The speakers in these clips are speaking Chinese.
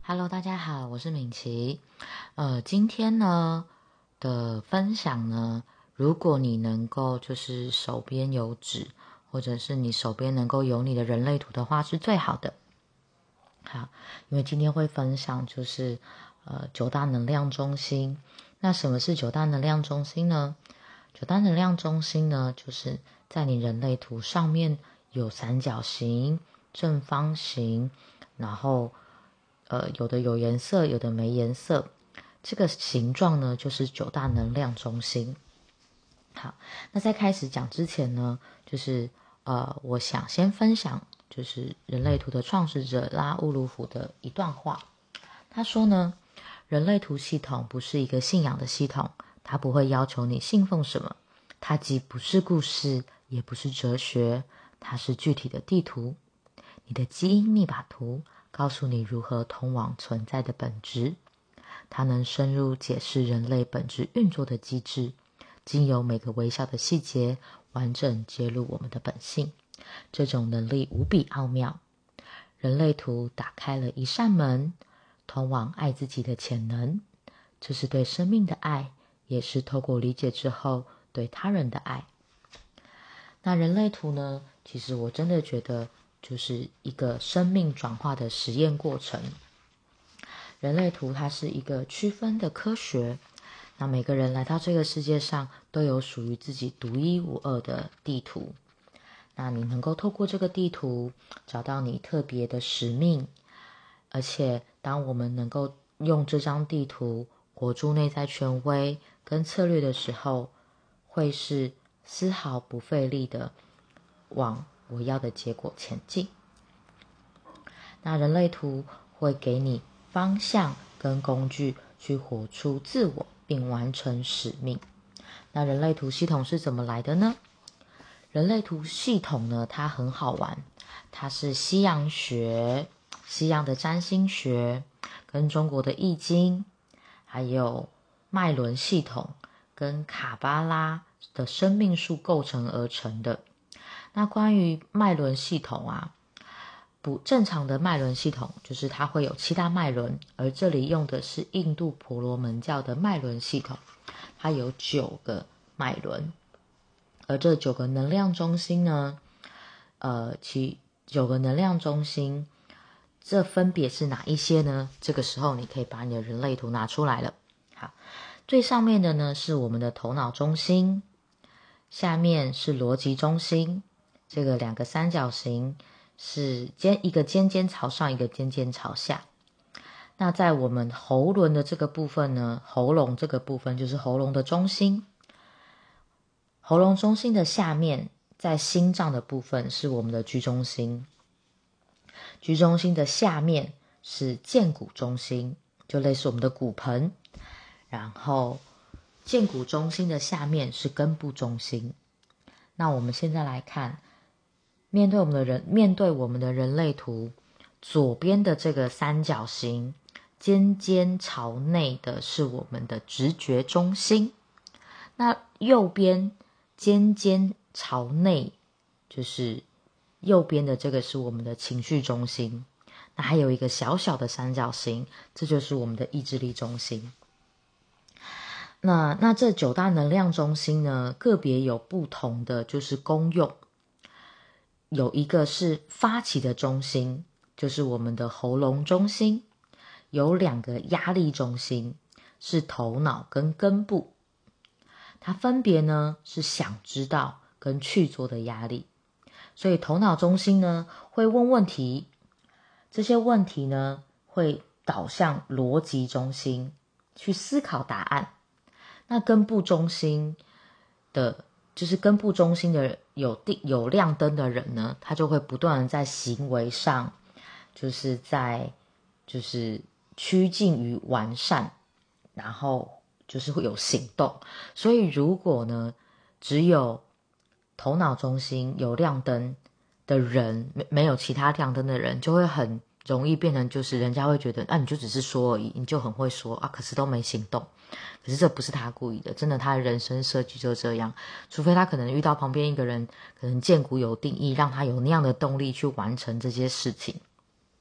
Hello，大家好，我是敏琪。今天呢的分享呢，如果你能够就是手边有纸，或者是你手边能够有你的人类图的话，是最好的。好，因为今天会分享就是九大能量中心。那什么是九大能量中心呢？九大能量中心呢，就是在你人类图上面有三角形、正方形，然后有的有颜色，有的没颜色。这个形状呢，就是九大能量中心。好，那在开始讲之前呢，就是我想先分享，就是人类图的创始者拉乌鲁夫的一段话。他说呢，人类图系统不是一个信仰的系统，它不会要求你信奉什么，它既不是故事，也不是哲学，它是具体的地图。你的基因密码图告诉你如何通往存在的本质，它能深入解释人类本质运作的机制，经由每个微小的细节，完整揭露我们的本性。这种能力无比奥妙。人类图打开了一扇门，通往爱自己的潜能。这是对生命的爱，也是透过理解之后对他人的爱。那人类图呢，其实我真的觉得就是一个生命转化的实验过程。人类图它是一个区分的科学，那每个人来到这个世界上都有属于自己独一无二的地图。那你能够透过这个地图找到你特别的使命，而且当我们能够用这张地图活出内在权威跟策略的时候，会是丝毫不费力的往我要的结果前进。那人类图会给你方向跟工具去活出自我并完成使命。那人类图系统是怎么来的呢？人类图系统呢，它很好玩，它是西洋学、西洋的占星学跟中国的易经，还有脉轮系统跟卡巴拉的生命树构成而成的。那关于脉轮系统啊，不正常的脉轮系统就是它会有7大脉轮，而这里用的是印度婆罗门教的脉轮系统，它有9个脉轮。而这9个能量中心呢，其9个能量中心，这分别是哪一些呢？这个时候你可以把你的人类图拿出来了。好，最上面的呢是我们的头脑中心，下面是逻辑中心，这个2个三角形是一个尖尖朝上，一个尖尖朝下。那在我们喉轮的这个部分呢，喉咙这个部分就是喉咙的中心。喉咙中心的下面，在心脏的部分是我们的居中心。居中心的下面是剑骨中心，就类似我们的骨盆。然后剑骨中心的下面是根部中心。那我们现在来看，面对我们的人类图，左边的这个三角形尖尖朝内的是我们的直觉中心，那右边尖尖朝内，就是右边的这个是我们的情绪中心。那还有一个小小的三角形，这就是我们的意志力中心。那这9大能量中心呢，个别有不同的就是功用。有一个是发起的中心，就是我们的喉咙中心。有2个压力中心，是头脑跟根部。它分别呢是想知道跟去做的压力。所以头脑中心呢会问问题，这些问题呢会导向逻辑中心去思考答案。那根部中心的有亮灯的人呢，他就会不断的在行为上就是趋近于完善，然后就是会有行动。所以如果呢只有头脑中心有亮灯的人，没有其他亮灯的人，就会很容易变成就是人家会觉得你就只是说而已，你就很会说可是都没行动。可是这不是他故意的，真的他的人生设计就这样，除非他可能遇到旁边一个人可能剑骨有定义，让他有那样的动力去完成这些事情。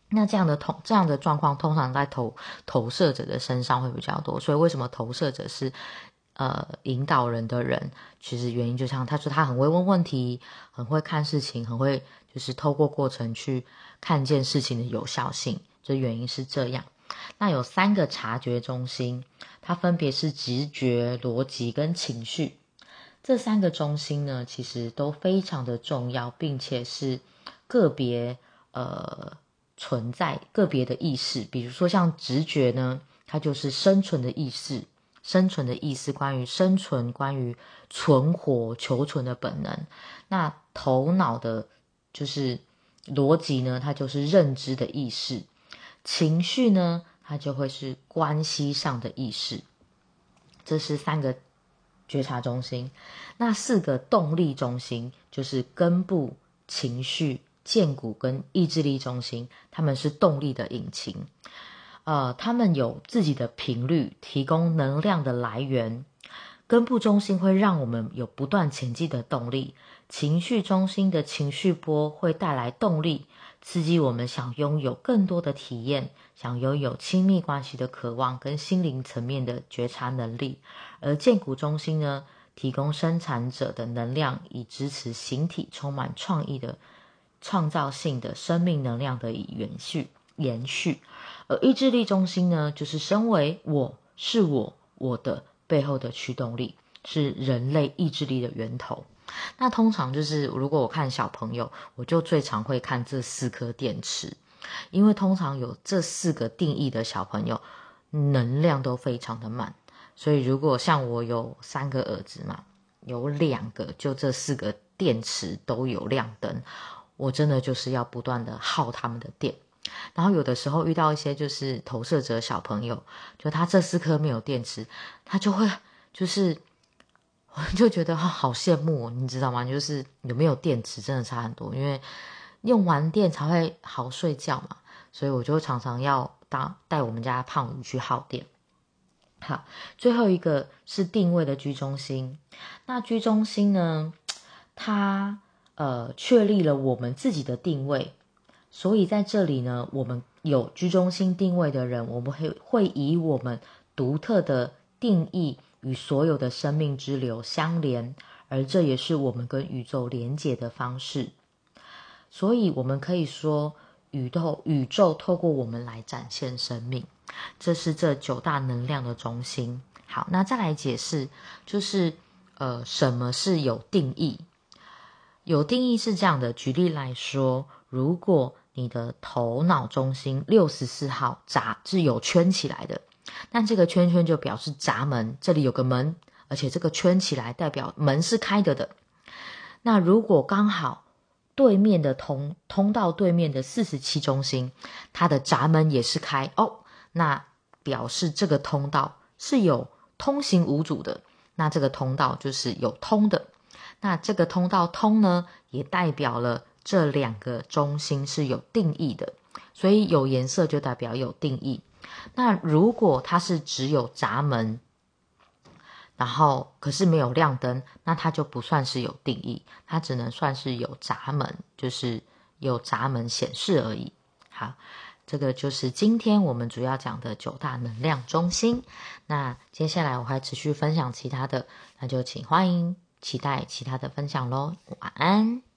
那这样的状况通常在投射者的身上会比较多，所以为什么投射者是引导人的人，其实原因就像他说他很会问问题，很会看事情，很会就是透过过程去看见事情的有效性，这原因是这样。那有3个察觉中心，它分别是直觉、逻辑跟情绪。这3个中心呢，其实都非常的重要，并且是个别存在个别的意识。比如说像直觉呢，它就是生存的意识，生存的意识，关于生存，关于存活求存的本能。那头脑的就是逻辑呢，它就是认知的意识。情绪呢，它就会是关系上的意识。这是3个觉察中心。那4个动力中心就是根部、情绪、剑骨跟意志力中心，他们是动力的引擎。他们有自己的频率，提供能量的来源。根部中心会让我们有不断前进的动力，情绪中心的情绪波会带来动力，刺激我们想拥有更多的体验，想拥有亲密关系的渴望跟心灵层面的觉察能力。而剑骨中心呢，提供生产者的能量，以支持形体充满创意的创造性的生命能量的延续。而意志力中心呢，就是身为我的背后的驱动力，是人类意志力的源头。那通常就是如果我看小朋友，我就最常会看这4颗电池，因为通常有这4个定义的小朋友能量都非常的满。所以如果像我有3个儿子嘛，有2个就这4个电池都有亮灯，我真的就是要不断的耗他们的电。然后有的时候遇到一些就是投射者小朋友，就他这4颗没有电池，他就会就是我就觉得好羡慕哦，你知道吗？就是有没有电池真的差很多，因为用完电才会好睡觉嘛，所以我就常常要带我们家胖虎去耗电。好，最后一个是定位的居中心。那居中心呢，它确立了我们自己的定位，所以在这里呢，我们有居中心定位的人，我们会以我们独特的定义与所有的生命之流相连，而这也是我们跟宇宙连结的方式。所以我们可以说，宇宙透过我们来展现生命，这是这9大能量的中心。好，那再来解释，就是什么是有定义？有定义是这样的，举例来说，如果你的头脑中心64号是有圈起来的，那这个圈圈就表示闸门，这里有个门，而且这个圈起来代表门是开的。那如果刚好对面的通道对面的47中心，它的闸门也是开那表示这个通道是有通行无阻的，那这个通道就是有通的。那这个通道通呢，也代表了这2个中心是有定义的，所以有颜色就代表有定义。那如果它是只有闸门，然后可是没有亮灯，那它就不算是有定义，它只能算是有闸门，就是有闸门显示而已。好，这个就是今天我们主要讲的9大能量中心。那接下来我还持续分享其他的，那就请欢迎期待其他的分享咯。晚安。